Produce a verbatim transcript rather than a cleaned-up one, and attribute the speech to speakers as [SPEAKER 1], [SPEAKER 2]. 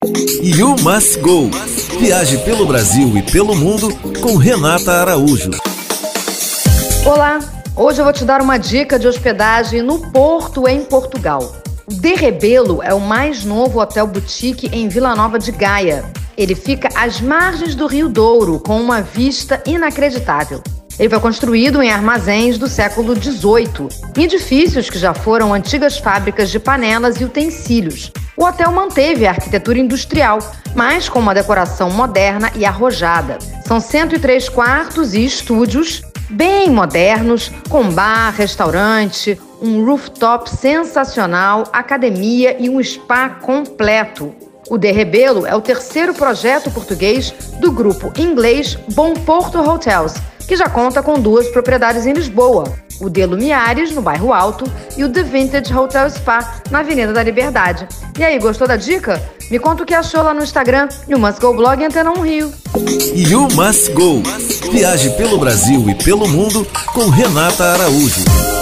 [SPEAKER 1] You Must Go. Viaje pelo Brasil e pelo mundo com Renata Araújo.
[SPEAKER 2] Olá, hoje eu vou te dar uma dica de hospedagem no Porto, em Portugal. O De Rebelo é o mais novo hotel boutique em Vila Nova de Gaia. Ele fica às margens do Rio Douro, com uma vista inacreditável. Ele foi construído em armazéns do século dezoito, em edifícios que já foram antigas fábricas de panelas e utensílios. O hotel manteve a arquitetura industrial, mas com uma decoração moderna e arrojada. São cento e três quartos e estúdios, bem modernos, com bar, restaurante, um rooftop sensacional, academia e um spa completo. O De Rebelo é o terceiro projeto português do grupo inglês Bom Porto Hotels, que já conta com duas propriedades em Lisboa, o De Lumiares, no bairro Alto, e o The Vintage Hotel Spa, na Avenida da Liberdade. E aí, gostou da dica? Me conta o que achou lá no Instagram, You Must Go Blog e Antena um Rio.
[SPEAKER 1] You Must Go. Viaje pelo Brasil e pelo mundo com Renata Araújo.